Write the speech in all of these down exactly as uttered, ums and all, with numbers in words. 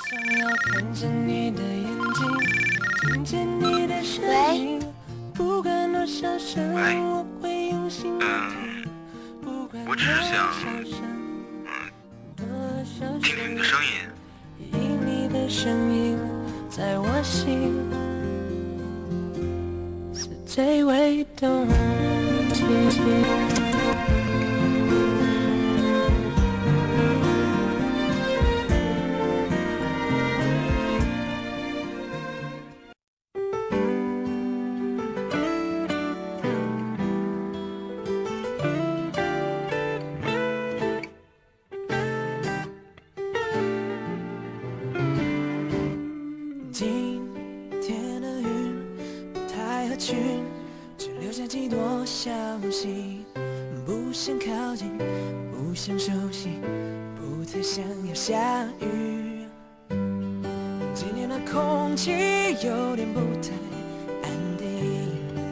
喂。 喂，嗯，我只是想，嗯，听听你的声音。 你的声音在我心是最为动听。不想靠近，不想熟悉，不再想要下雨。今天的空气有点不太安定，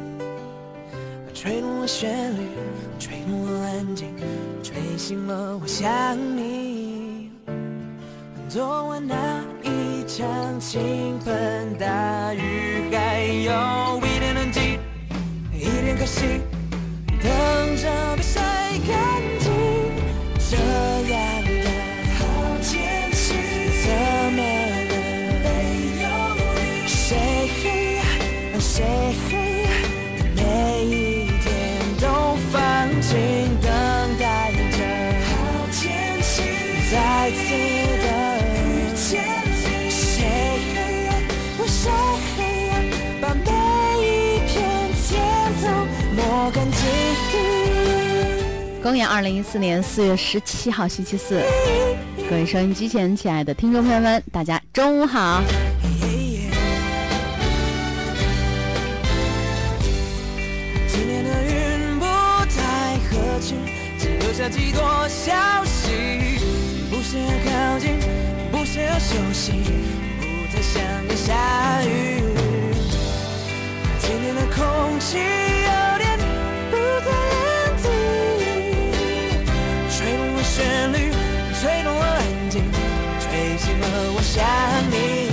吹动了旋律，吹动了安静，吹醒了我想你。昨晚那一场倾盆大雨，还有一点冷静，一点可惜，等着被晒干净。这样的好天气怎么能没有你？谁让谁每一天都放晴，等待着好天气再次的遇见你。谁为谁把每一片天都抹干净？ 公元二零一四年四月十七号星期四，各位收音机前亲爱的听众朋友们，大家中午好。 今天的云不太合群，只留下几朵消息，不想要靠近，不想要休息，不再想要下雨。今天的空气有点不太安静，吹动了旋律，吹动了安静，吹醒了我想你。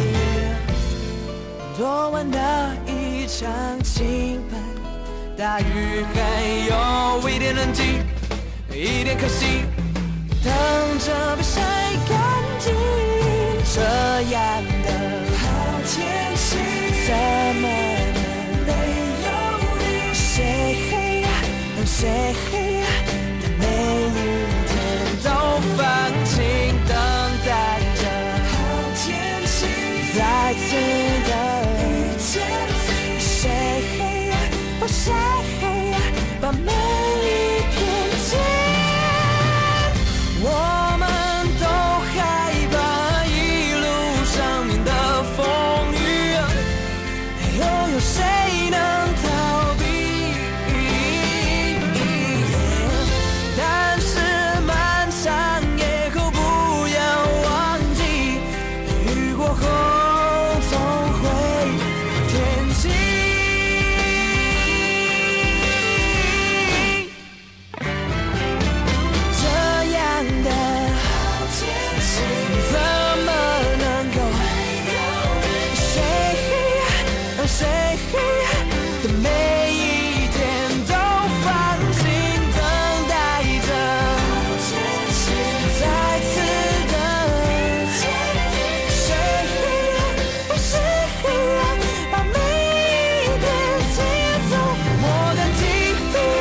昨晚的一场倾盆大雨，还有一点冷静，一点可惜，等着被晒干净。这样的好天气怎么能没有你？谁让谁的每一天都放晴，等待着好天气再次的遇见你。谁或谁把每一片天，我们都害怕一路上面的风雨，又有谁能逃避？但是漫长夜后不要忘记，雨过后总会天晴。这样的好天气怎么能够谁让谁的每一天都放晴，等待着好天气再次的谁或谁把每一片节奏抹干净，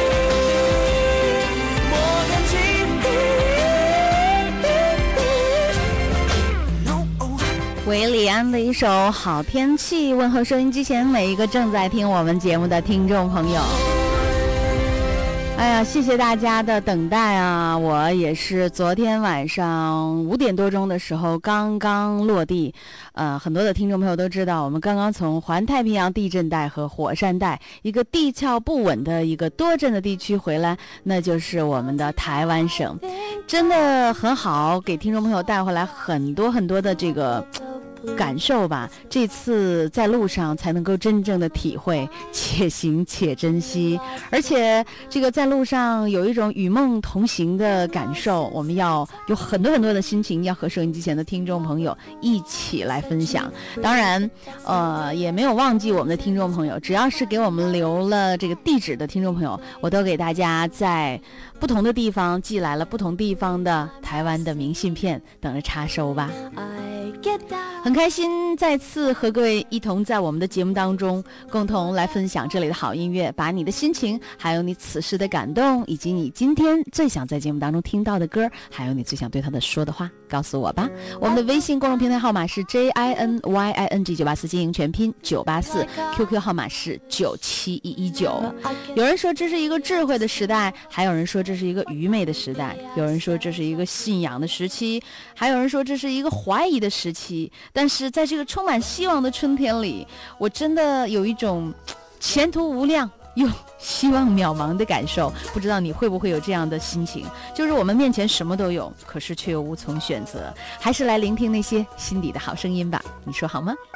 抹干净。No, oh. 韦礼安的一首《好天气》，问候收音机前每一个正在听我们节目的听众朋友。哎呀，谢谢大家的等待啊！我也是昨天晚上五点多钟的时候刚刚落地，呃，很多的听众朋友都知道，我们刚刚从环太平洋地震带和火山带一个地壳不稳的一个多震的地区回来，那就是我们的台湾省，真的很好，给听众朋友带回来很多很多的这个感受吧，这次在路上才能够真正的体会，且行且珍惜。而且这个在路上有一种与梦同行的感受，我们要有很多很多的心情要和收音机前的听众朋友一起来分享。当然呃，也没有忘记我们的听众朋友，只要是给我们留了这个地址的听众朋友，我都给大家在不同的地方寄来了不同地方的台湾的明信片，等着插收吧。很开心再次和各位一同在我们的节目当中共同来分享这里的好音乐，把你的心情还有你此时的感动，以及你今天最想在节目当中听到的歌，还有你最想对他的说的话告诉我吧。我们的微信公众平台号码是 J I N Y I N G 九八四经营全拼九八四， Q Q 号码是九七一一九。有人说这是一个智慧的时代，还有人说这是一个愚昧的时代，有人说这是一个信仰的时期，还有人说这是一个怀疑的时期。但是在这个充满希望的春天里，我真的有一种前途无量又希望渺茫的感受。不知道你会不会有这样的心情，就是我们面前什么都有，可是却又无从选择。还是来聆听那些心底的好声音吧，你说好吗？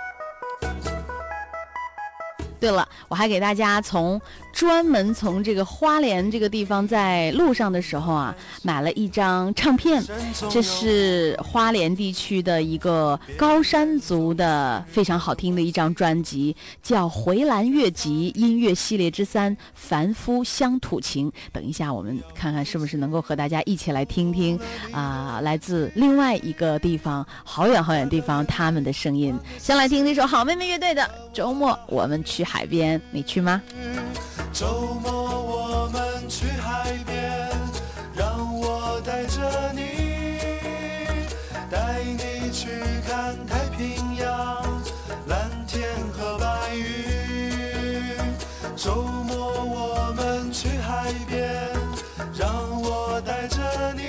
对了，我还给大家从专门从这个花莲这个地方在路上的时候啊，买了一张唱片，这是花莲地区的一个高山族的非常好听的一张专辑，叫《回蓝乐集音乐系列之三凡夫乡土情》。等一下我们看看是不是能够和大家一起来听听啊、呃，来自另外一个地方好远好远地方他们的声音。先来听这首好妹妹乐队的《周末我们去海边》，你去吗？ 周末我们去海边，让我带着你，带你去看太平洋，蓝天和白云。周末我们去海边，让我带着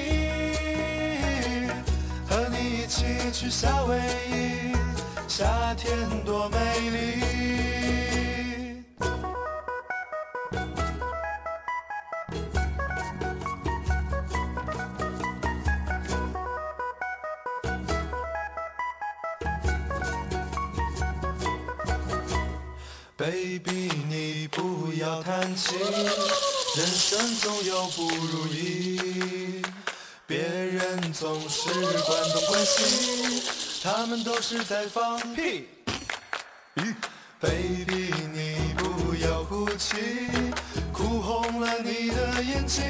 你，和你一起去夏威夷，夏天多美丽。Baby， 你不要叹气，人生总有不如意，别人总是关东关西，他们都是在放屁。Baby， 你不要哭泣，哭红了你的眼睛，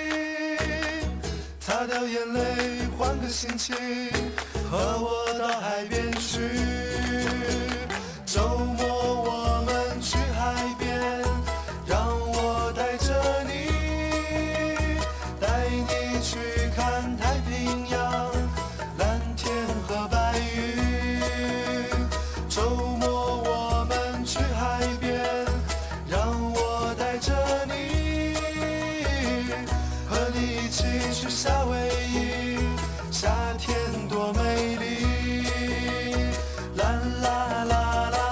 擦掉眼泪，换个心情，和我到海边去。周末我们去海边，让我带着你，带你去看太平洋，蓝天和白云。周末我们去海边，让我带着你，和你一起去夏威夷，夏天多美丽。啦啦啦啦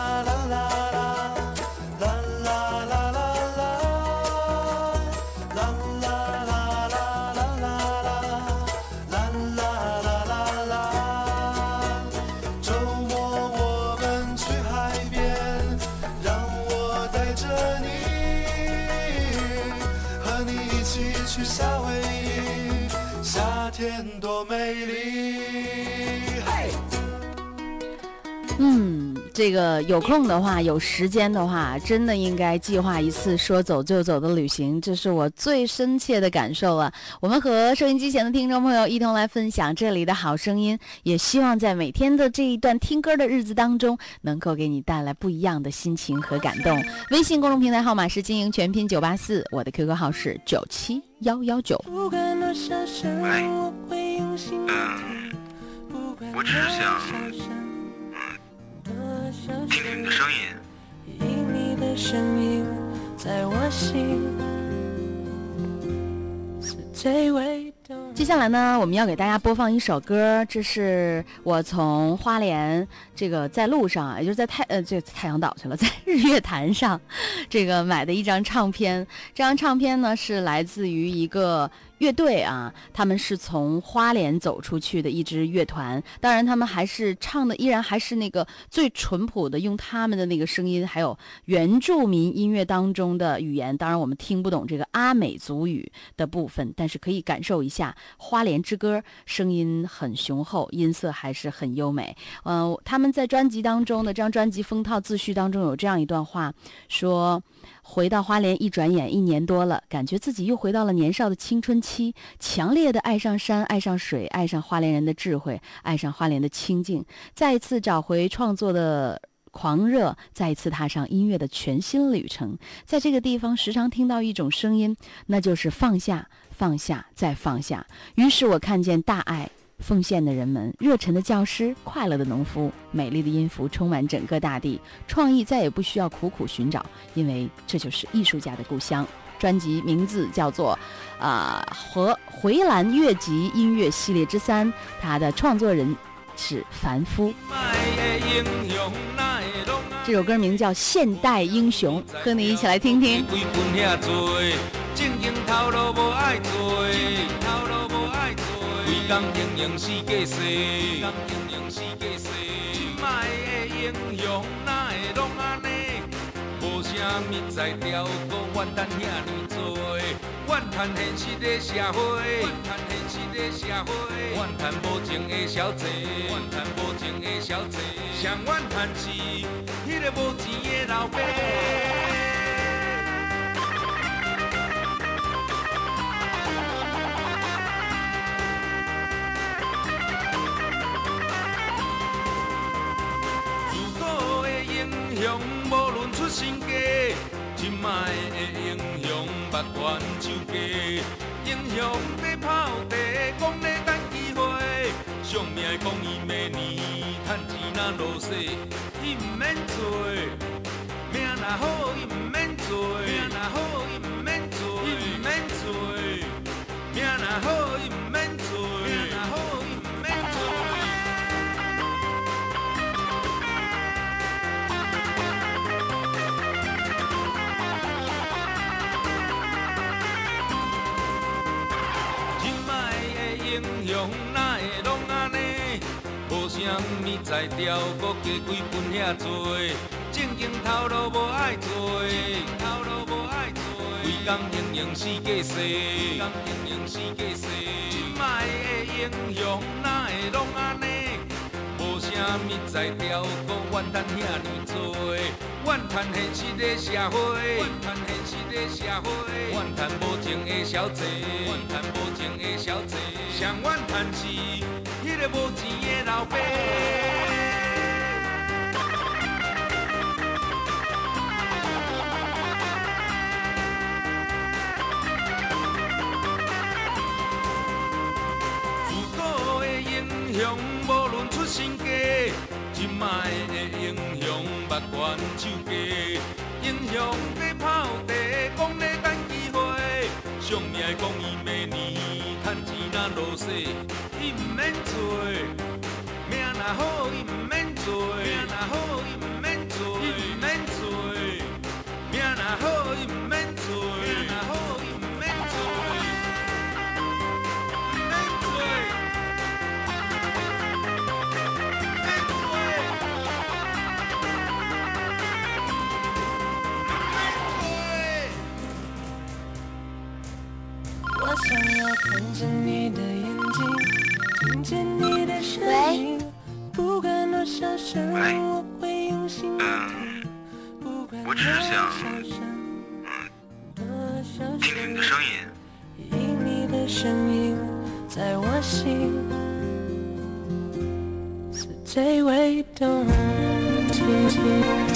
去夏威夷，夏天多美丽。 嗯，这个有空的话，有时间的话，真的应该计划一次说走就走的旅行，这是我最深切的感受了。我们和收音机前的听众朋友一同来分享这里的好声音，也希望在每天的这一段听歌的日子当中，能够给你带来不一样的心情和感动。微信公众平台号码是经营全拼九八四，我的 Q Q 号是九七幺幺九。 喂，嗯，我只是想听听你的声音。 听你的声音在我心是最伟大。 接下来呢，我们要给大家播放一首歌，这是我从花莲这个在路上啊，也就是在太呃这太阳岛去了，在日月潭上这个买的一张唱片。这张唱片呢是来自于一个乐队啊，他们是从花莲走出去的一支乐团，当然他们还是唱的依然还是那个最淳朴的，用他们的那个声音，还有原住民音乐当中的语言，当然我们听不懂这个阿美族语的部分，但是可以感受一下花莲之歌，声音很雄厚，音色还是很优美。嗯、呃，他们在专辑当中的这张专辑封套自序当中有这样一段话，说回到花莲一转眼一年多了，感觉自己又回到了年少的青春期，强烈的爱上山，爱上水，爱上花莲人的智慧，爱上花莲的清静，再一次找回创作的狂热，再一次踏上音乐的全新旅程。在这个地方时常听到一种声音，那就是放下，放下，再放下。于是我看见大爱奉献的人们，热忱的教师，快乐的农夫，美丽的音符充满整个大地，创意再也不需要苦苦寻找，因为这就是艺术家的故乡。专辑名字叫做啊、呃、和回蓝乐集音乐系列之三，它的创作人是凡夫。这首歌名叫《现代英雄》，和你一起来听听。 规工形形四界势，规工形形四界势。即摆的英雄哪会拢安尼？无啥物才调，搁怨叹遐尼多。怨叹现实的社会，怨叹现实的社会。怨叹无情的小姐，怨叹无情的小姐。上怨叹是迄个无钱的老爸。英雄无论出身家，即摆的英雄目悬手家。英雄在跑地，讲咧等机会，上命讲伊明年趁钱若落雪，伊毋免做，命若好伊毋免做，命若好伊毋免做，伊毋免做，命若好伊毋免做，命若好伊毋免做。英雄哪会拢安尼？无啥物才调，搁加几分遐多。正经头路无爱做，头路无爱做。规工形形四界势，规工形形四界势。即摆的英雄哪会拢安尼？无啥物才调，搁怨叹遐尼多。怨叹现实的社会，怨叹现实的社会。怨叹无情的小姐，怨叹无情的小姐。上怨叹是迄个无钱的老爸。自古的英雄无论出身家，即摆的英雄目悬手家。英雄在跑地，讲咧等机会，上命讲伊明年趁钱若落雪，伊毋免做，命若好伊毋免做，命若好伊毋免做，伊毋免做，命若好伊毋免做，命若好伊毋免做，毋免做。 我想要看见你的眼睛，听见你的声音，不管多小声，我会用心听。不管多小声，嗯，听听你的声音，因你的声音在我心是最为动听。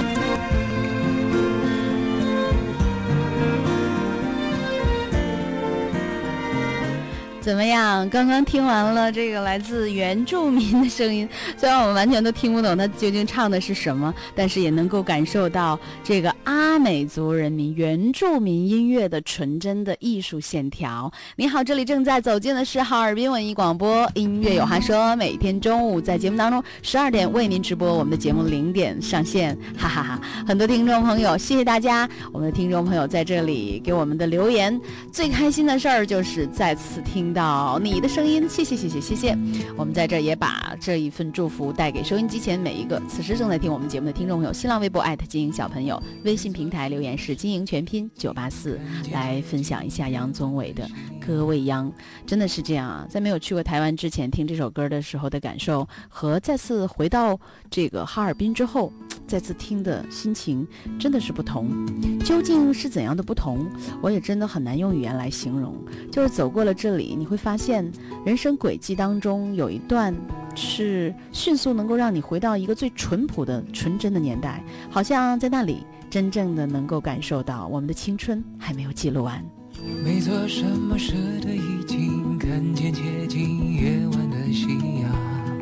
昨怎么样？刚刚听完了这个来自原住民的声音，虽然我们完全都听不懂他究竟唱的是什么，但是也能够感受到这个阿美族人民原住民音乐的纯真的艺术线条。你好，这里正在走进的是哈尔滨文艺广播，音乐有话说，每天中午在节目当中十二点为您直播，我们的节目零点上线，哈哈哈！很多听众朋友，谢谢大家，我们的听众朋友在这里给我们的留言，最开心的事儿就是再次听到你的声音，谢谢谢谢谢谢。我们在这也把这一份祝福带给收音机前每一个此时正在听我们节目的听众朋友。新浪微博艾特金莹小朋友，微信平台留言是金莹全拼九八四，来分享一下杨宗纬的歌未央。真的是这样啊，在没有去过台湾之前听这首歌的时候的感受，和再次回到这个哈尔滨之后再次听的心情真的是不同。究竟是怎样的不同，我也真的很难用语言来形容。就是走过了这里，你会发现人生轨迹当中有一段是迅速能够让你回到一个最淳朴的纯真的年代，好像在那里真正的能够感受到我们的青春还没有记录完。 没做什么事的已经看见接近夜晚的夕阳，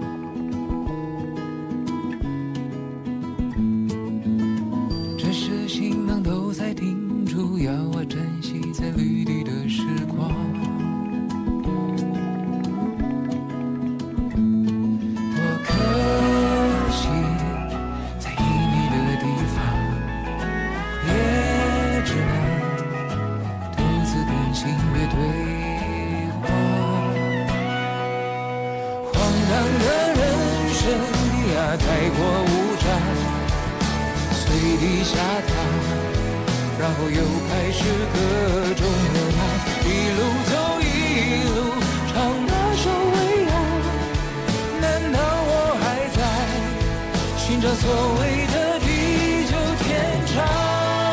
这时行囊都在叮嘱要我珍惜在绿地的时光，多可惜在意你的地方也只能独自跟星月对话，荒唐的人生呀太过无常，随地下榻，然后又开始各种热闹，一路走一路唱那首未央，难道我还在寻找所谓的地久天长？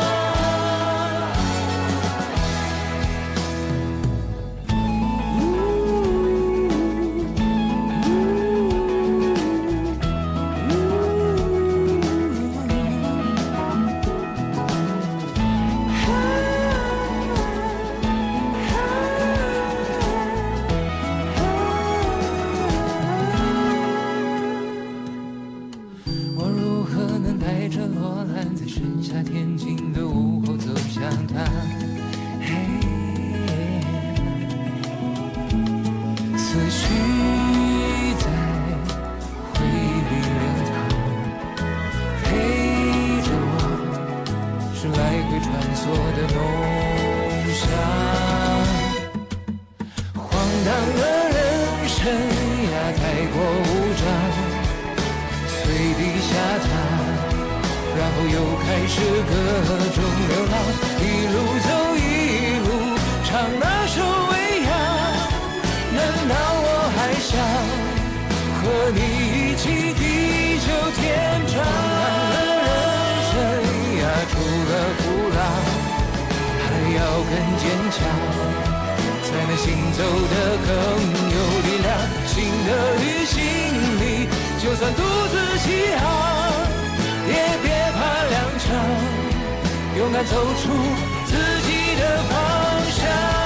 勇敢走出自己的方向。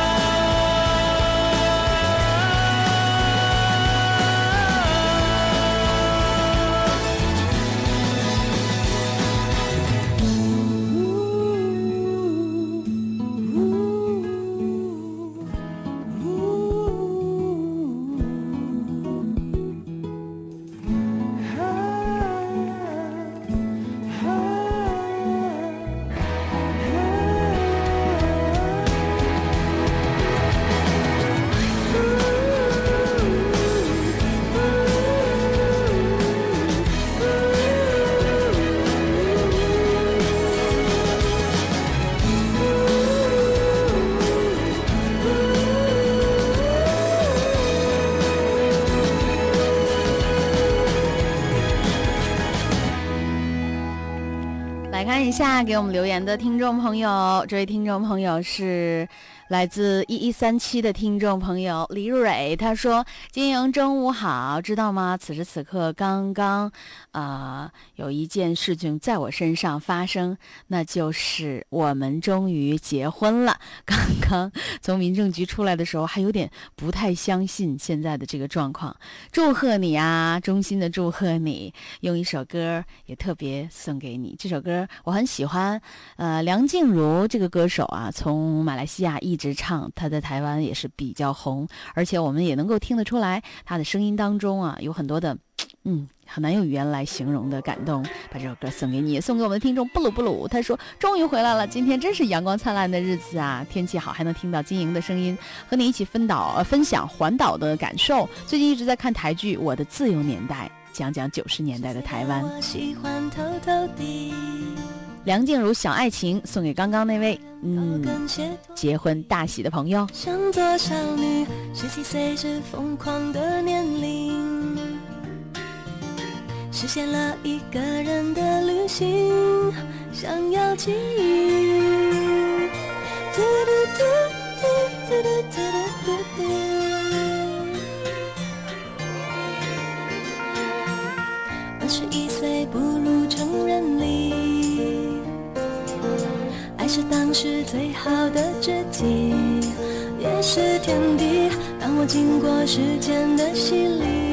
来看一下给我们留言的听众朋友，这位听众朋友是来自一一三七的听众朋友李蕊，他说：“金莹中午好，知道吗？此时此刻刚刚，啊、呃，有一件事情在我身上发生，那就是我们终于结婚了。刚刚从民政局出来的时候，还有点不太相信现在的这个状况。祝贺你啊，衷心的祝贺你！用一首歌也特别送给你，这首歌我很喜欢。呃，梁静茹这个歌手啊，从马来西亚一直唱，她在台湾也是比较红，而且我们也能够听得出来，她的声音当中啊有很多的，嗯，很难用语言来形容的感动。把这首歌送给你，也送给我们的听众布鲁布鲁。他说：“终于回来了，今天真是阳光灿烂的日子啊，天气好，还能听到金莹的声音，和你一起分岛呃分享环岛的感受。最近一直在看台剧《我的自由年代》，讲讲九十年代的台湾。”梁静茹小爱情送给刚刚那位嗯结婚大喜的朋友。 像座少女，十七岁是疯狂的年龄，实现了一个人的旅行，想要记忆。嘟嘟嘟嘟嘟嘟嘟嘟嘟。二十一岁步入成人礼，爱是当时最好的知己，也是天敌。当我经过时间的洗礼，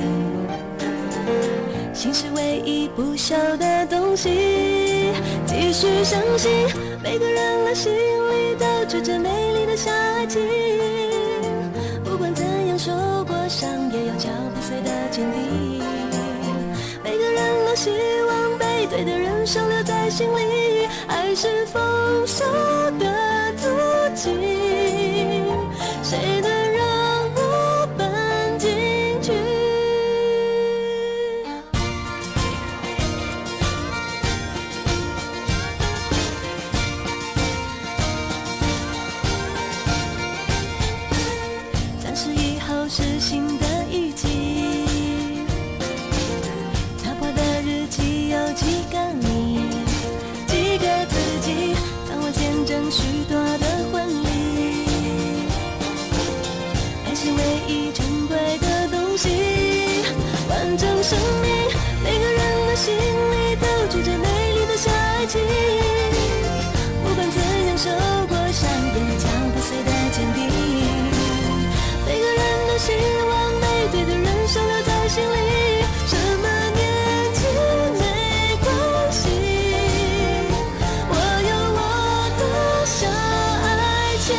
心是唯一不朽的东西。继续相信，每个人的心里都住着美丽的小爱情。不管怎样受过伤，也要脚不碎的坚定。每个人都希望被对的人收留在心里，爱是丰收的足迹，谁能让我奔进去？三十以后是新的一季，擦破的日记有几个你，几个自己，当我见证许多的婚礼，爱是唯一珍贵的东西。完整生命，每个人的心里都住着美丽的小爱情。不管怎样受过伤，也要脚不碎的坚定。每个人都希望被对的人收留在心里，什么年纪没关系，我有我的小爱情。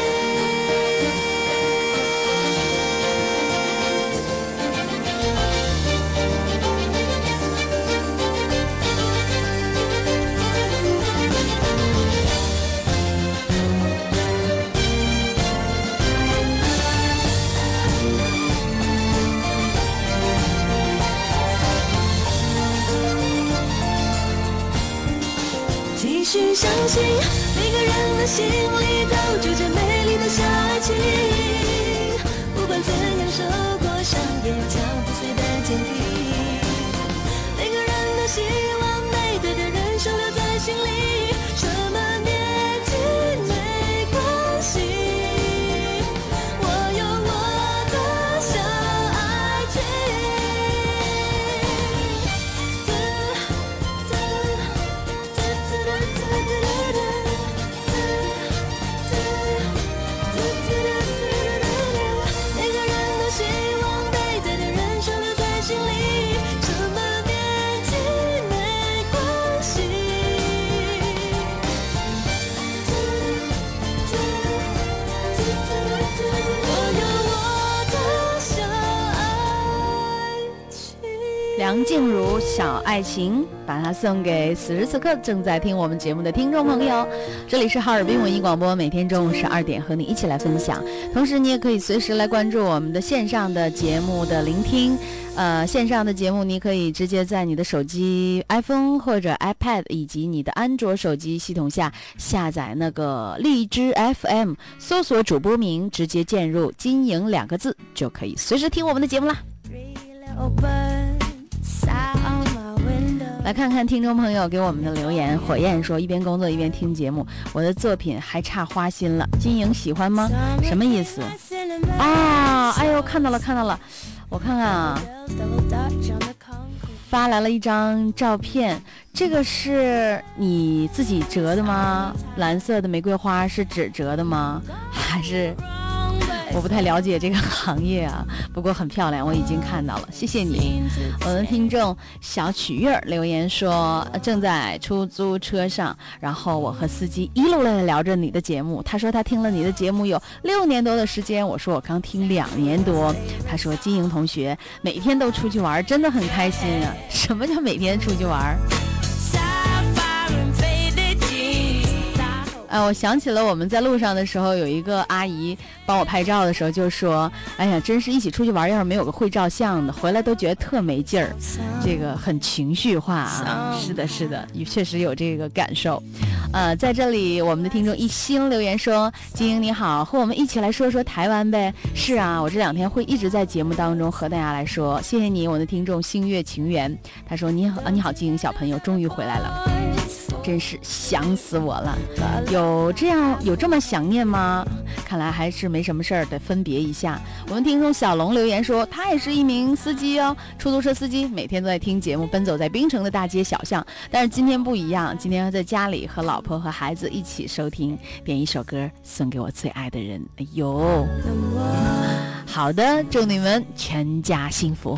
继续相信，每个人的心里都住着美丽的小爱情。不管怎样受过伤，也要脚不碎的坚定。每个人都希望被对的人收留在心里，什么年纪没关系，我有我的小爱情。每个人都希望被对的人收留在心里，什么年纪没关系，我有我的小爱情。 梁静茹小爱情，把它送给此时此刻正在听我们节目的听众朋友。这里是哈尔滨文艺广播，每天中午十二点和你一起来分享，同时你也可以随时来关注我们的线上的节目的聆听。呃，线上的节目你可以直接在你的手机 iPhone 或者 iPad 以及你的安卓手机系统下下载那个荔枝 F M， 搜索主播名，直接键入金莹两个字，就可以随时听我们的节目啦。 来看看听众朋友给我们的留言。火焰说，一边工作一边听节目，我的作品还差花心了，金莹喜欢吗？什么意思啊？哎呦，看到了看到了，我看看啊，发来了一张照片，这个是你自己折的吗？蓝色的玫瑰花是纸折的吗？还是我不太了解这个行业啊，不过很漂亮，我已经看到了，谢谢你。我的听众小曲月留言说，正在出租车上，然后我和司机一路来聊着你的节目。他说他听了你的节目有六年多的时间，我说我刚听两年多。他说金莹同学每天都出去玩，真的很开心啊。什么叫每天出去玩？啊，我想起了我们在路上的时候，有一个阿姨帮我拍照的时候就说，哎呀，真是一起出去玩，要是没有个会照相的，回来都觉得特没劲儿，这个很情绪化啊。是的是的，确实有这个感受。呃，在这里我们的听众一星留言说，金莹你好，和我们一起来说说台湾呗。是啊，我这两天会一直在节目当中和大家来说，谢谢你，我的听众星月情缘。他说你好，你好金莹小朋友终于回来了，真是想死我了。有这样有这么想念吗？看来还是没什么事儿，得分别一下。我们听众小龙留言说，他也是一名司机哦，出租车司机，每天都在听节目，奔走在槟城的大街小巷。但是今天不一样，今天在家里和老婆和孩子一起收听，点一首歌送给我最爱的人。哎呦，好的，祝你们全家幸福。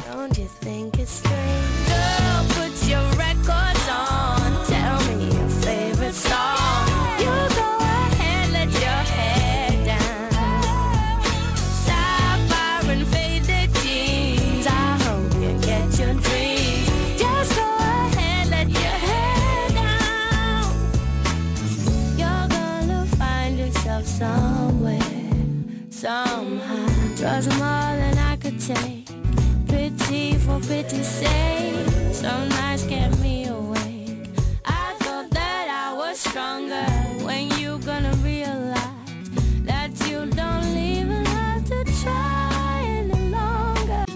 Somehow, drugs are more than I could take. Pity for pity's sake. Some nights kept me awake. I thought that I was stronger. When you gonna realize that you don't even have to try any longer?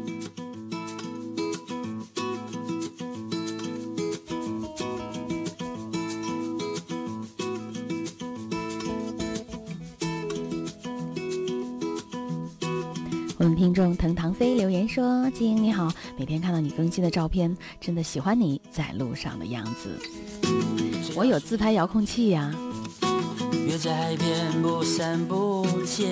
我们听众藤堂飞留言说，金莹你好，每天看到你更新的照片，真的喜欢你在路上的样子。我有自拍遥控器呀、啊。 约在海边不散不见，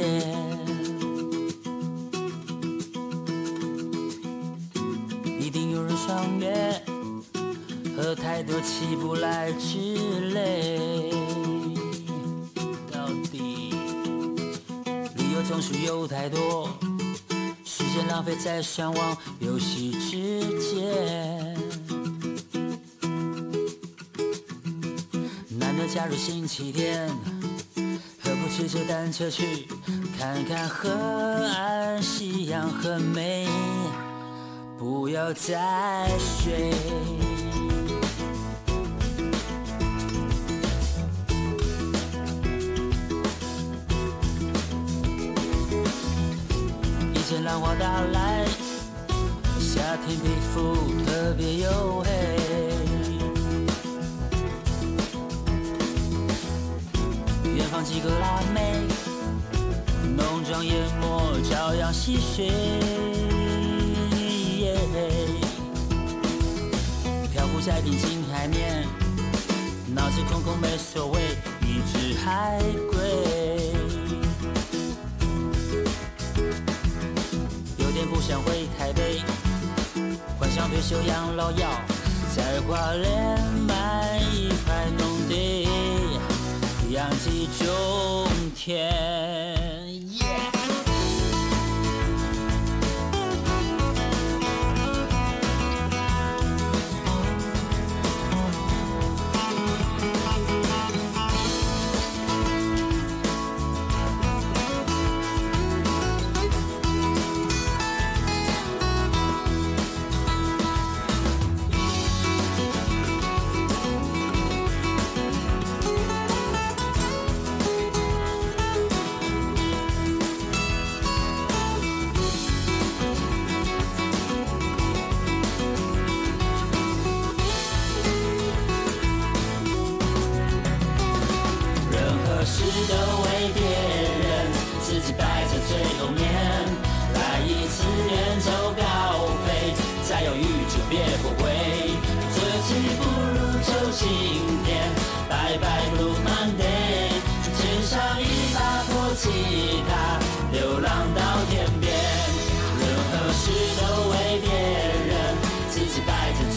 一定有人赏月，喝太多起不来之类。到底理由总是有太多，时间浪费在上网游戏之间。难得假日星期天，何不骑着单车去看看河岸，夕阳很美，不要再睡。一阵浪花打来，夏天皮肤特别黝黑，远方几个辣妹，浓妆艳抹照样戏谑，漂浮在平静海面，脑子空空没所谓，一只海龟。有点不想回台北，幻想退休养老药，在花莲买一块农地，养鸡种田。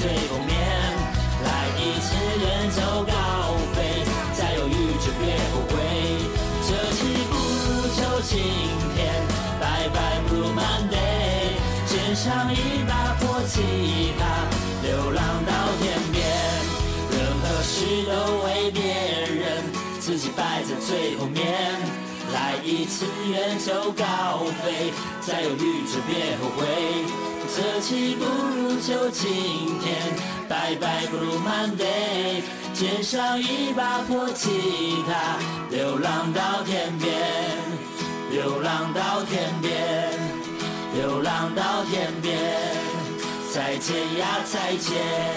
最后面，来一次远走高飞，再犹豫就别后悔，这期不如就今天，拜拜不如 Monday， 肩上一把破吉他，流浪到天边，任何事都为别人，自己摆在最后面，来一次远走高飞，再犹豫就别后悔，这期不如就今天，拜拜不如 Monday， 肩上一把破吉他，流浪到天边，流浪到天边，流浪到天边，再见呀再见。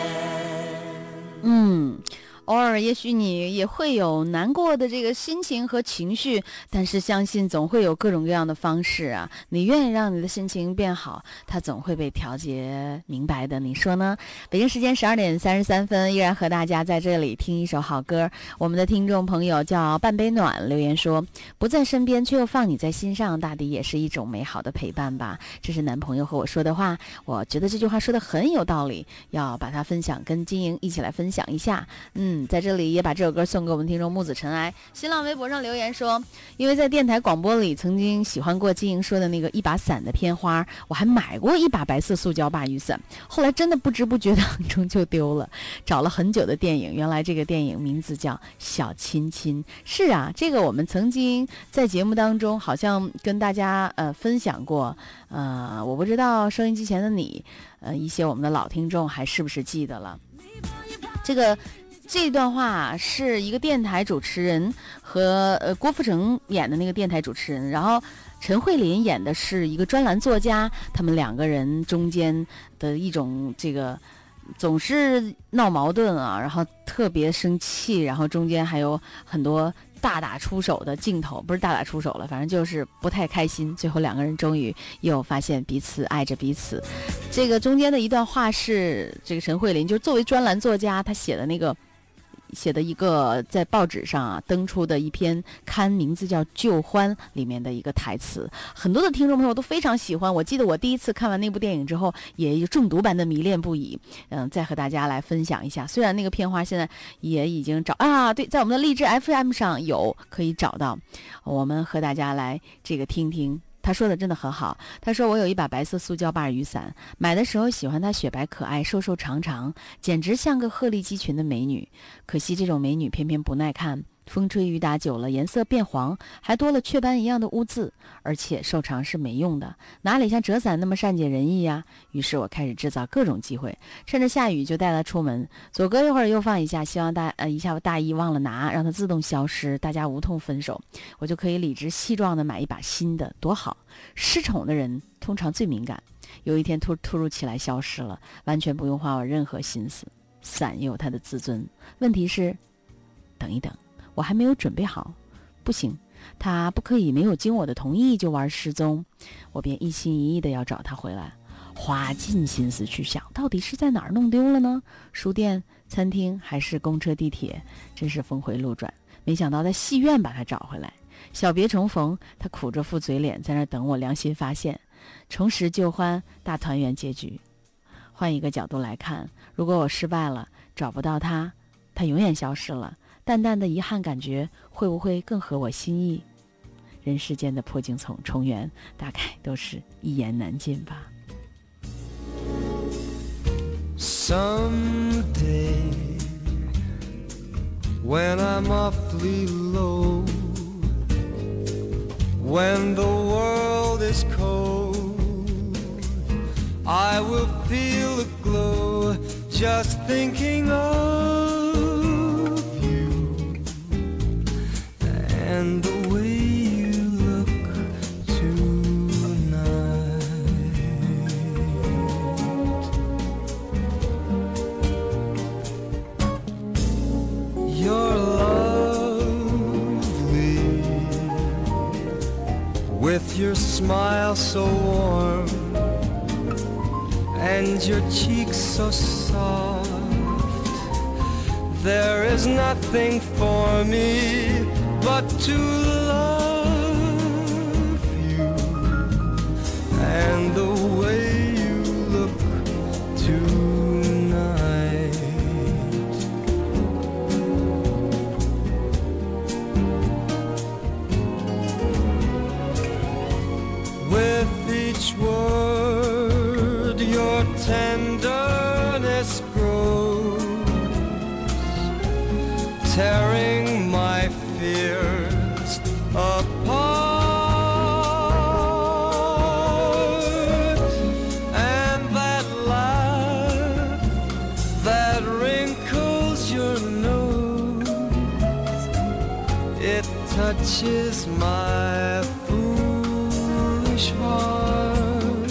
嗯，偶尔也许你也会有难过的这个心情和情绪，但是相信总会有各种各样的方式啊，你愿意让你的心情变好，它总会被调节明白的，你说呢？北京时间十二点三十三分，依然和大家在这里听一首好歌。我们的听众朋友叫半杯暖留言说，不在身边却又放你在心上，大抵也是一种美好的陪伴吧。这是男朋友和我说的话，我觉得这句话说的很有道理，要把它分享，跟金莹一起来分享一下。嗯，在这里也把这首歌送给我们听众木子尘埃。新浪微博上留言说，因为在电台广播里曾经喜欢过金莹说的那个一把伞的片花，我还买过一把白色塑胶把雨伞，后来真的不知不觉当中就丢了，找了很久的电影，原来这个电影名字叫小亲亲。是啊，这个我们曾经在节目当中好像跟大家呃分享过，呃我不知道收音机前的你呃一些我们的老听众还是不是记得了。这个这段话是一个电台主持人和呃郭富城演的那个电台主持人，然后陈慧琳演的是一个专栏作家，他们两个人中间的一种这个总是闹矛盾啊，然后特别生气，然后中间还有很多大打出手的镜头，不是大打出手了，反正就是不太开心，最后两个人终于又发现彼此爱着彼此。这个中间的一段话是这个陈慧琳就是作为专栏作家，他写的那个写的一个在报纸上啊登出的一篇刊，名字叫《旧欢》里面的一个台词，很多的听众朋友都非常喜欢。我记得我第一次看完那部电影之后，也中毒般的迷恋不已。嗯，再和大家来分享一下。虽然那个片花现在也已经找啊，对，在我们的荔枝 F M 上有可以找到，我们和大家来这个听听。他说的真的很好，他说我有一把白色塑胶把雨伞，买的时候喜欢它雪白可爱，瘦瘦长长，简直像个鹤立鸡群的美女，可惜这种美女偏偏不耐看，风吹雨打久了颜色变黄，还多了雀斑一样的污渍，而且受长是没用的，哪里像折伞那么善解人意呀？于是我开始制造各种机会，趁着下雨就带它出门，左隔一会儿右放一下，希望大呃一下大衣忘了拿，让它自动消失，大家无痛分手，我就可以理直气壮地买一把新的，多好！失宠的人通常最敏感，有一天突突如其来消失了，完全不用花我任何心思，伞也有它的自尊。问题是，等一等，我还没有准备好，不行，他不可以没有经我的同意就玩失踪。我便一心一意的要找他回来，花尽心思去想，到底是在哪儿弄丢了呢？书店、餐厅还是公车、地铁？真是峰回路转，没想到在戏院把他找回来。小别重逢，他苦着副嘴脸在那等我良心发现，重拾旧欢，大团圆结局。换一个角度来看，如果我失败了，找不到他，他永远消失了，淡淡的遗憾感觉会不会更合我心意？人世间的破镜重重圆，大概都是一言难尽吧。 Someday when I'm awfully low, when the world is cold, I will feel a glow just thinking of you and the way you look tonight. You're lovely with your smile so warm and your cheeks so soft. There is nothing for me but to love you and the way you look tonight. tearing my fears apart. And that laugh that wrinkles your nose, it touches my foolish heart.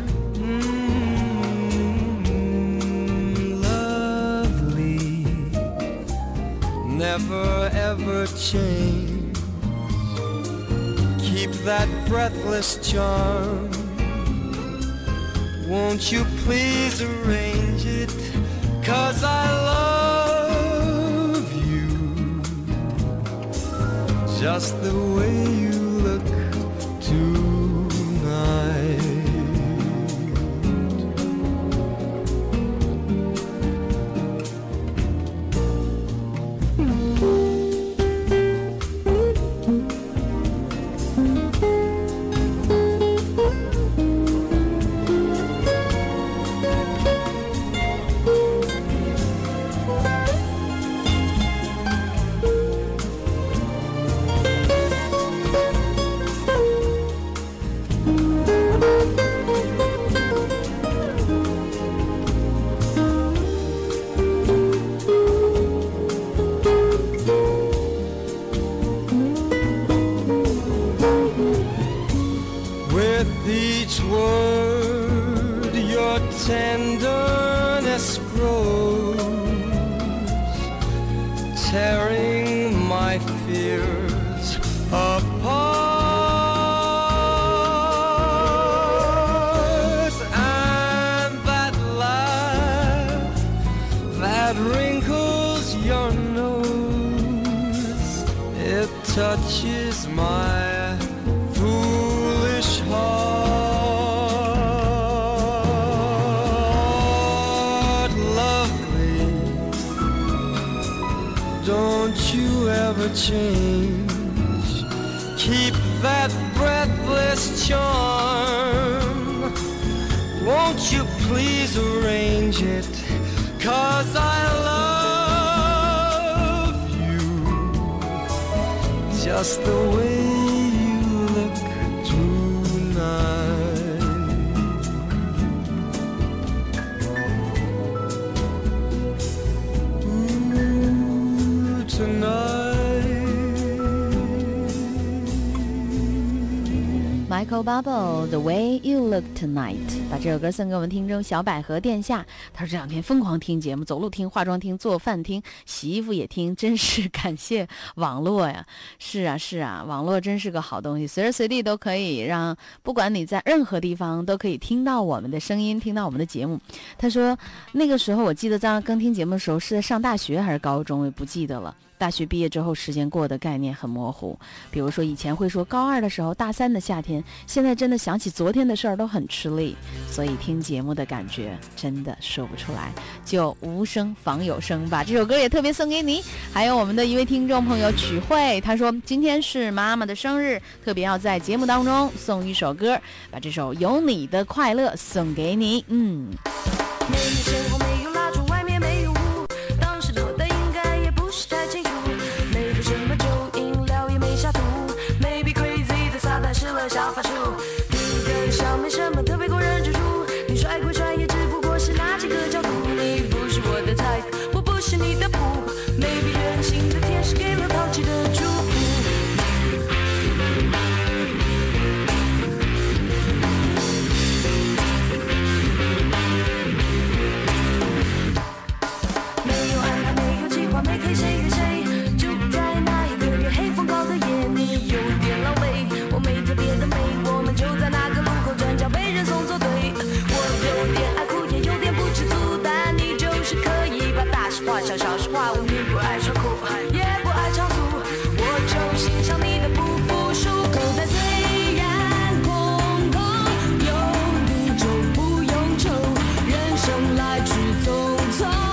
Mm, lovely, never ever change. Keep that breathless charm. Won't you please arrange it? 'Cause I love you just the way you look tonight. With each word your tenderness grows, tearing my fears apart. And that laugh that wrinkles your nose, it touches my foolish heart. Lovely, don't you ever change. Keep that breathless charm. Won't you please arrange it? 'Cause I love you just the way you look tonight. Ooh, tonight。Michael Bublé The Way You Look Tonight， 把这首歌送给我们听众小百合殿下。他说这两天疯狂听节目，走路听，化妆听，做饭听，洗衣服也听，真是感谢网络呀！是啊是啊，网络真是个好东西，随时随地都可以让，不管你在任何地方都可以听到我们的声音，听到我们的节目。他说那个时候我记得在刚听节目的时候是在上大学还是高中，我也不记得了。大学毕业之后，时间过的概念很模糊。比如说，以前会说高二的时候，大三的夏天，现在真的想起昨天的事儿都很吃力。所以听节目的感觉真的说不出来，就无声仿有声吧。这首歌也特别送给你。还有我们的一位听众朋友曲慧，他说今天是妈妈的生日，特别要在节目当中送一首歌，把这首《有你的快乐》送给你。嗯。 没有鲜花，没有蜡烛，外面没有雾，当时脑袋应该也不是太清楚。没喝什么酒，饮料也没下肚。Maybe crazy 的撒旦失了小法术。你的笑没什么特别过人之处，你帅归帅，也只不过是那几个角度。你不是我的菜，我不是你的谱。Maybe 任性的天使给了淘气的祝福。没给谁给谁，就在那一个月黑风高的夜，你有点狼狈，我没特别的美，我们就在那个路口转角被人送作对。我有点爱哭，也有点不知足，但你就是可以把大实话像小实话。我并不爱说苦，也不爱唱俗，我就欣赏你的不服输。口袋虽然空空，有你就不用愁，人生来去匆匆。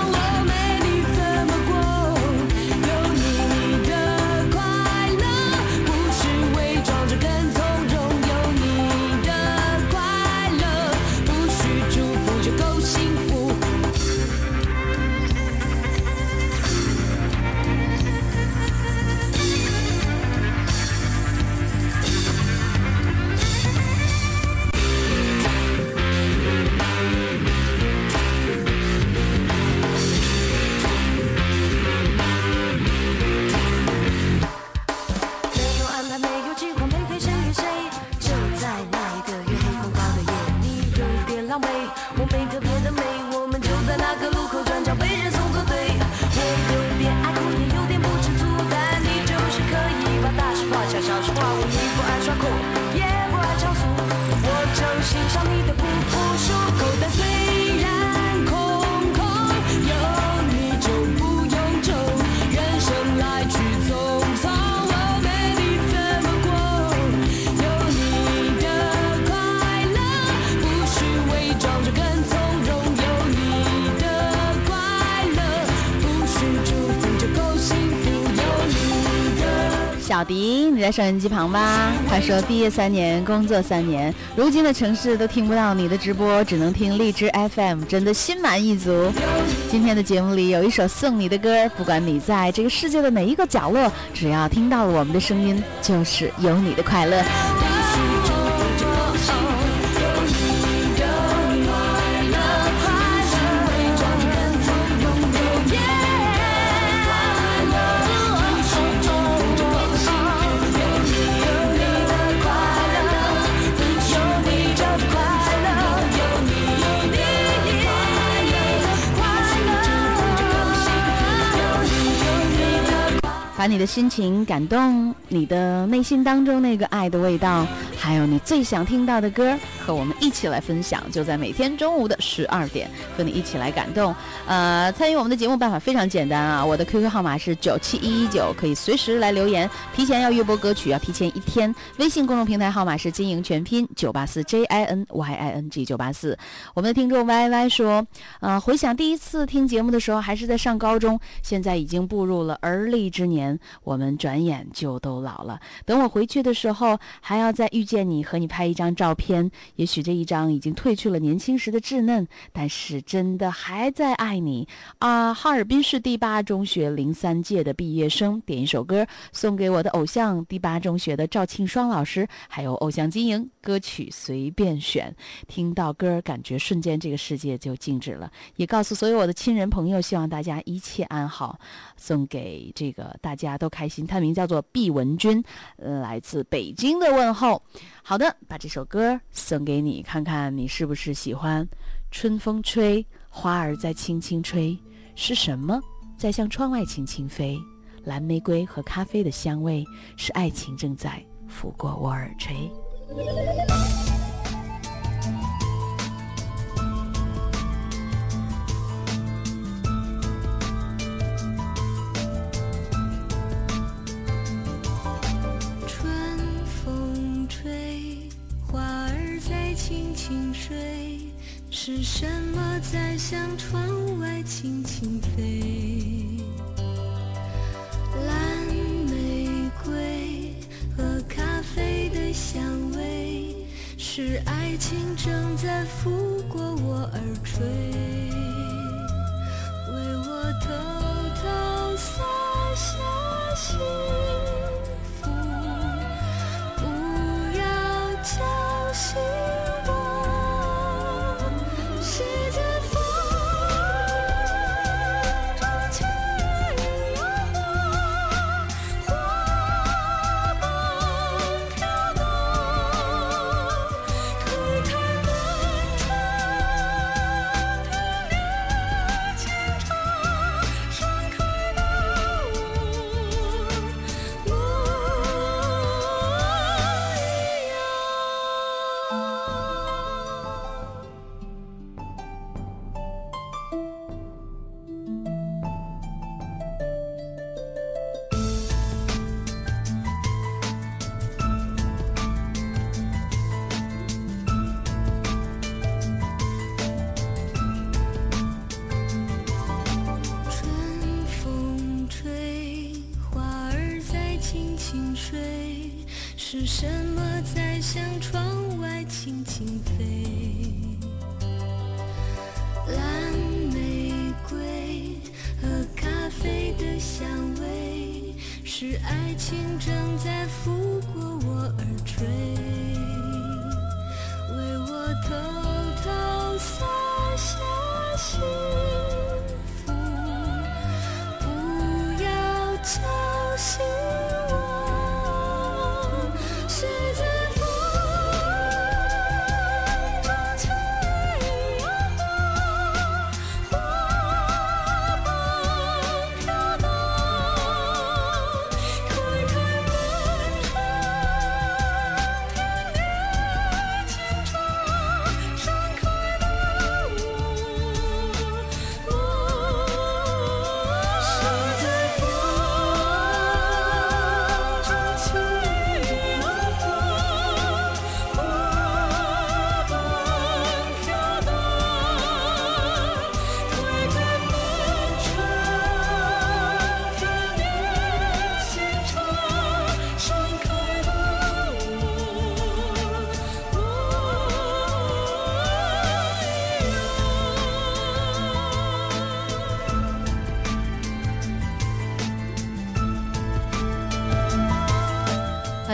耍酷，也不爱超速，我就欣赏你的不服输。口袋虽然空空，有你就不用愁，人生来去匆匆，哦，没你怎么过？有你的快乐，不需伪装着更从容。有你的快乐，不需祝福就够幸福。有你的。 小迪，你在收音机旁吧？他说毕业三年，工作三年，如今的城市都听不到你的直播，只能听荔枝 F M， 真的心满意足。今天的节目里有一首送你的歌，不管你在这个世界的哪一个角落，只要听到了我们的声音，就是有你的快乐。把你的心情感动，你的内心当中那个爱的味道，还有你最想听到的歌，和我们一起来分享，就在每天中午的十二点，和你一起来感动。呃，参与我们的节目办法非常简单啊，我的 Q Q 号码是九七一一九，可以随时来留言，提前要预播歌曲要提前一天。微信公众平台号码是金莹全拼九八四 J I N Y I N G 九八四。我们的听众 Y Y 说，呃，回想第一次听节目的时候还是在上高中，现在已经步入了而立之年，我们转眼就都老了。等我回去的时候，还要再遇见你，和你拍一张照片。也许这一张已经褪去了年轻时的稚嫩，但是真的还在爱你啊！哈尔滨市第八中学零三届的毕业生，点一首歌送给我的偶像第八中学的赵庆双老师，还有偶像金莹，歌曲随便选。听到歌，感觉瞬间这个世界就静止了。也告诉所有我的亲人朋友，希望大家一切安好。送给这个大家都开心。他名叫做毕文君，呃，来自北京的问候。好的，把这首歌送给你，看看你是不是喜欢。春风吹，花儿在轻轻吹，是什么在向窗外轻轻飞？蓝玫瑰和咖啡的香味，是爱情正在拂过我耳垂。 轻轻睡，是什么在向窗外轻轻飞？蓝玫瑰和咖啡的香味，是爱情正在拂过我耳垂，为我偷偷洒下幸福，不要叫醒是什么在向窗外轻轻飞？蓝玫瑰和咖啡的香味，是爱情正在拂过我耳垂，为我偷偷洒下幸福，不要叫醒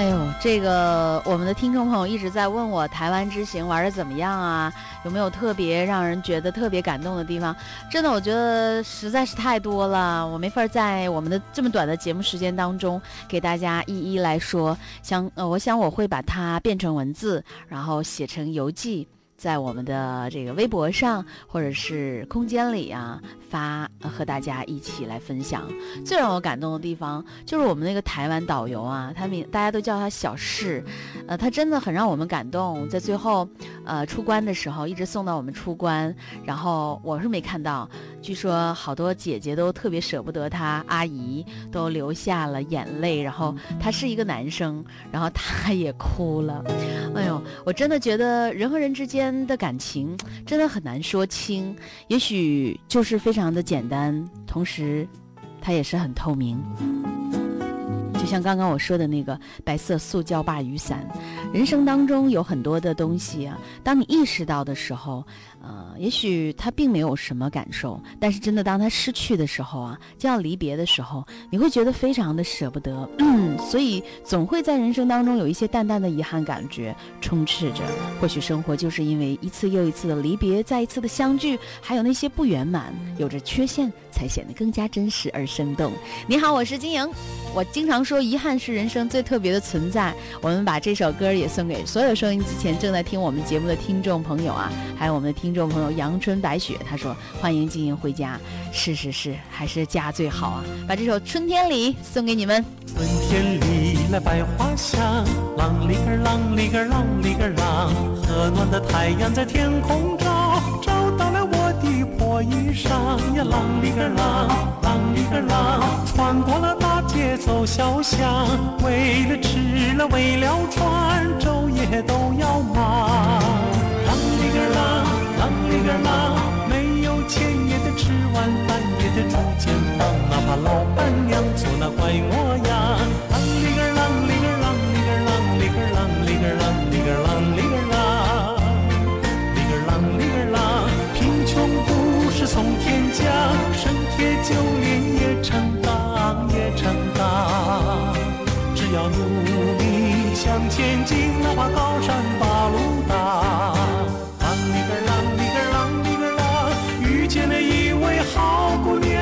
哎呦，这个我们的听众朋友一直在问我台湾之行玩的怎么样啊？有没有特别让人觉得特别感动的地方？真的，我觉得实在是太多了，我没法在我们的这么短的节目时间当中给大家一一来说。想呃，我想我会把它变成文字，然后写成游记，在我们的这个微博上或者是空间里啊发、呃、和大家一起来分享。最让我感动的地方就是我们那个台湾导游啊，他们大家都叫他小世，呃，他真的很让我们感动。在最后呃出关的时候一直送到我们出关，然后我是没看到，据说好多姐姐都特别舍不得他，阿姨都流下了眼泪，然后他是一个男生，然后他也哭了。哎呦，我真的觉得人和人之间的感情真的很难说清，也许就是非常的简单，同时它也是很透明。就像刚刚我说的那个白色塑胶把雨伞，人生当中有很多的东西啊，当你意识到的时候，呃，也许它并没有什么感受，但是真的当它失去的时候啊，就要离别的时候，你会觉得非常的舍不得，嗯，所以总会在人生当中有一些淡淡的遗憾感觉充斥着。或许生活就是因为一次又一次的离别，再一次的相聚，还有那些不圆满，有着缺陷，才显得更加真实而生动。你好，我是金莹。我经常说遗憾是人生最特别的存在，我们把这首歌也送给所有收音机前正在听我们节目的听众朋友啊，还有我们的听众朋友阳春白雪，他说欢迎金莹回家，是是是，还是家最好啊。把这首春天里送给你们。 春天里来百花香，啷里个啷里个啷里个啷，和暖的太阳在天空照，照到了我的破衣裳呀，啷里个啷啷里个啷，穿过了大街走小巷，为了吃了为了穿，昼夜都要忙，啷里个啷啷里个啷，没有钱也得吃晚饭，也得住间房，哪怕老板娘做那怪模样，啷里个啷里个啷里个啷里个啷里个啷里个啷里个啷里个啷里个啷，贫穷不是从天降，身铁就炼也成钢也成钢，只要努力向前进，哪怕高山把路挡，啷里个啷里个啷里个啷，遇见了一位好姑娘，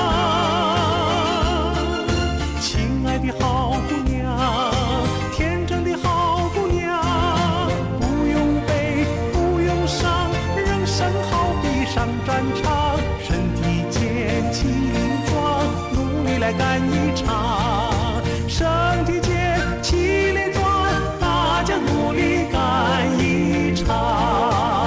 亲爱的好姑娘，天真的好姑娘，不用悲不用伤，人生好比上战场，身体健气力壮，努力来干一场，身体健气力壮，大家努力干一场。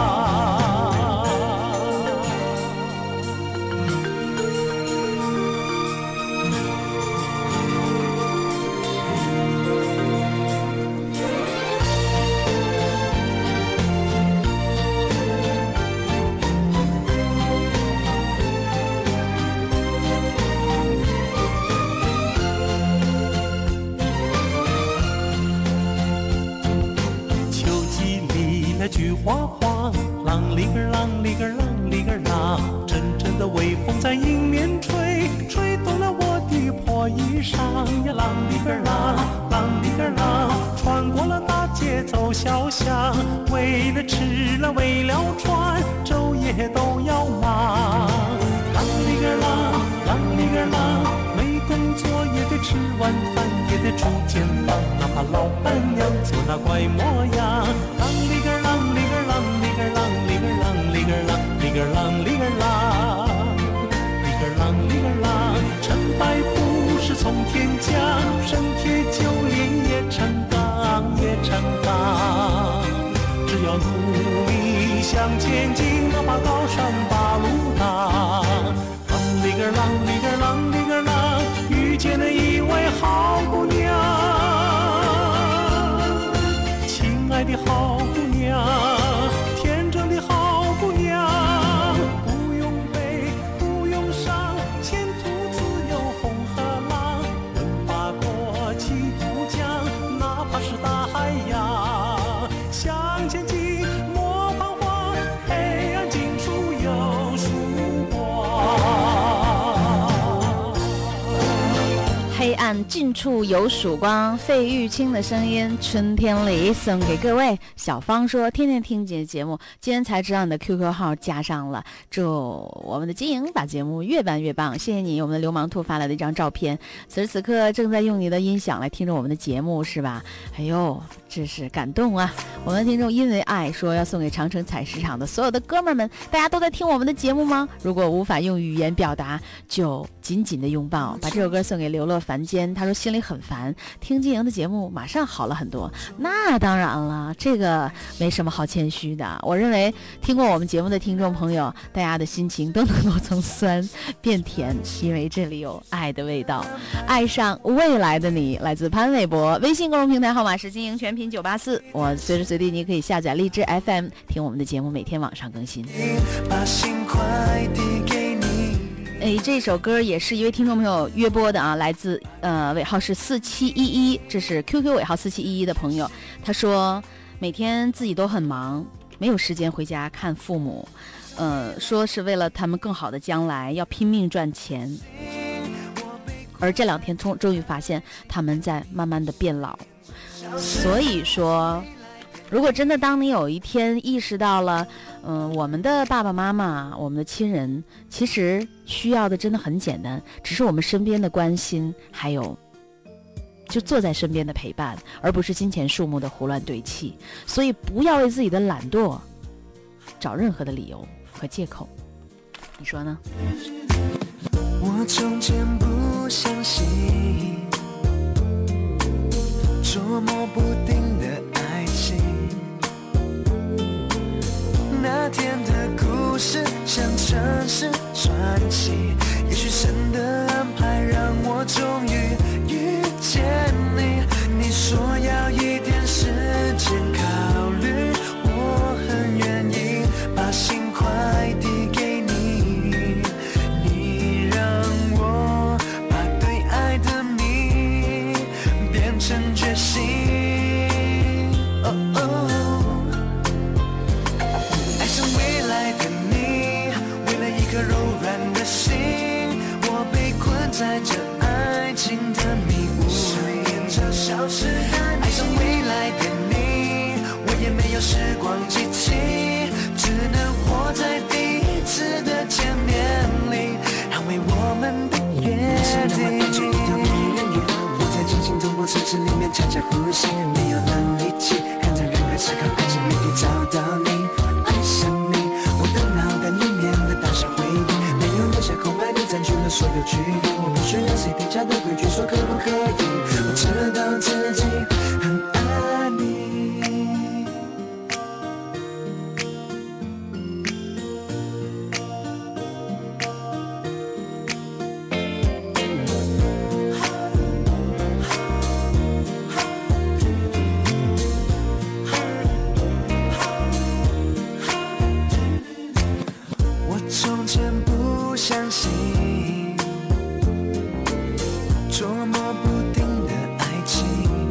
菊花黄，啷里个啷里个啷里个啷，阵阵的微风在迎面吹，吹动了我的破衣裳呀，啷里个啷啷里个啷，穿过了大街走小巷，为了吃了为了穿，昼夜都要忙，啷里个啷啷里个啷，没工作也得吃晚饭，也得住间房，哪怕老板娘做那怪模样，啷里个啷里个啷里个啷里个啷里个啷里个啷里个啷里个啷里个啷，成败不是从天降，身铁就炼也成钢也成钢，只要努力向前进，哪怕高山把路挡，啷里个啷里个啷里个啷，遇见了一位好姑娘，亲爱的好姑娘，天真的好姑娘，不用悲不用伤，前途自有风和浪，能把国旗渡江，哪怕是大海洋，向前进莫彷徨，黑暗尽处有曙光。 看近处有曙光，费玉清的声音春天里送给各位。小芳说天天听节节目，今天才知道你的 Q Q 号加上了，祝我们的金莹把节目越办越棒，谢谢你。我们的流氓兔发来的一张照片，此时此刻正在用你的音响来听着我们的节目是吧？哎呦真是感动啊。我们的听众因为爱说要送给长城采石场的所有的哥们儿们，大家都在听我们的节目吗？如果无法用语言表达，就紧紧的拥抱。把这首歌送给流落凡间，他说心里很烦，听金莹的节目马上好了很多。那当然了，这个没什么好谦虚的。我认为听过我们节目的听众朋友，大家的心情都能够从酸变甜，因为这里有爱的味道。爱上未来的你，来自潘玮柏，微信公众平台号码是金莹全拼九八四。我随时随地你可以下载荔枝 F M 听我们的节目，每天晚上更新。 把心快递给你。 哎，这首歌也是一位听众朋友约播的啊，来自呃尾号是四七一一，这是 Q Q 尾号四七一一的朋友。他说每天自己都很忙，没有时间回家看父母，呃，说是为了他们更好的将来要拼命赚钱。而这两天终终于发现他们在慢慢的变老，所以说。如果真的当你有一天意识到了嗯、呃，我们的爸爸妈妈我们的亲人其实需要的真的很简单，只是我们身边的关心，还有就坐在身边的陪伴，而不是金钱数目的胡乱堆砌。所以不要为自己的懒惰找任何的理由和借口，你说呢？ 我从前不相信捉摸不定的爱情，那天的故事像城市传奇，也许神的安排让我终于遇见你。你说要一点时间考虑，我很愿意把心快递给你，你让我把对爱的你变成决心。哦哦，爱上未来的你，为了一颗柔软的心，我被困在这爱情的迷雾里，消失的爱上未来的你，我也没有时光机器，只能活在第一次的见面里，捍卫我们的约定。我在静静通过城市里面悄悄呼吸，没有了力气看着人海思考爱情谜底，找到你，爱上你，我的脑袋里面的大小回忆没有留下空白，你占据了所有距离，我不需要谁定下的规矩说可不可以，我知道自己很爱你。我从前不相信捉摸不定的爱情，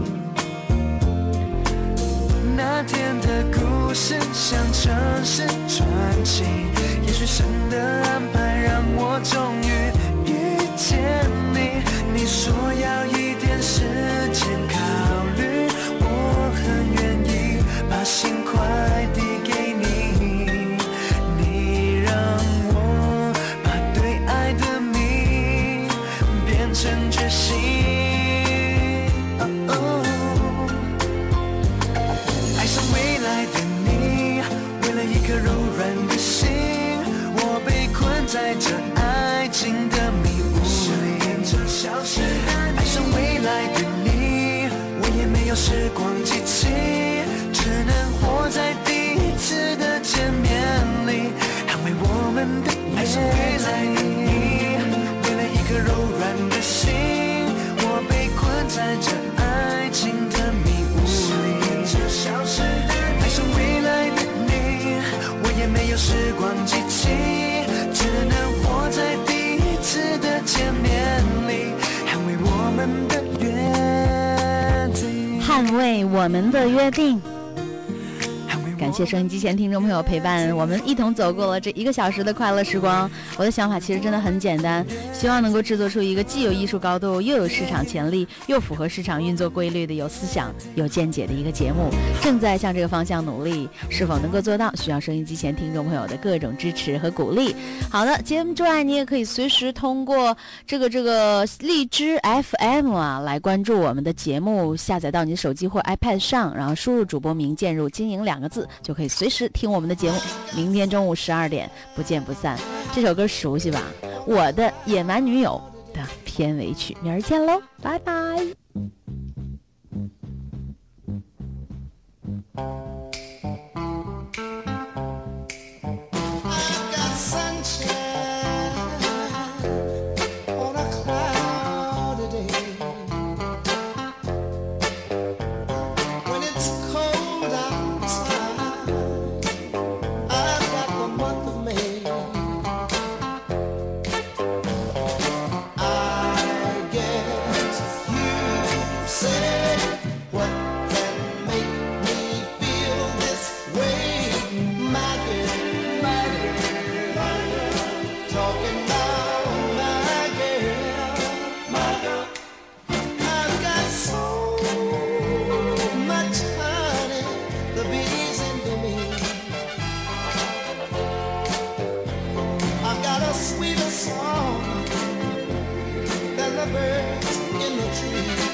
那天的故事像城市传奇，也许神的安排让我终于遇见你。你说要一点时间考虑，我很愿意把心快递给你，你让我把对爱的你变成决心。哦哦，爱上未来的你，为了一颗柔软的心，我被困在这爱情的迷雾里，爱上未来的你，我也没有时光机器，只能活在第一次的见面里，捍卫我们的爱上未来的你，为了一颗柔软的心，我被困在这爱情的迷雾里，爱上未来的你，我也没有时光机器，只能活在第一次的见面里，捍卫我们的约定， 捍卫我们的约定。感谢收音机前听众朋友陪伴我们一同走过了这一个小时的快乐时光。 我的想法其实真的很简单，希望能够制作出一个既有艺术高度，又有市场潜力，又符合市场运作规律的有思想、有见解的一个节目，正在向这个方向努力。是否能够做到，需要收音机前听众朋友的各种支持和鼓励。好的，节目之外，你也可以随时通过这个这个荔枝 F M 啊，来关注我们的节目，下载到你的手机或 iPad 上，然后输入主播名，键入经营两个字，就可以随时听我们的节目。明天中午十二点不见不散。这首歌熟悉吧？我的野蛮女友的片尾曲，明儿见喽，拜拜。 Sweeter song than the birds in the tree.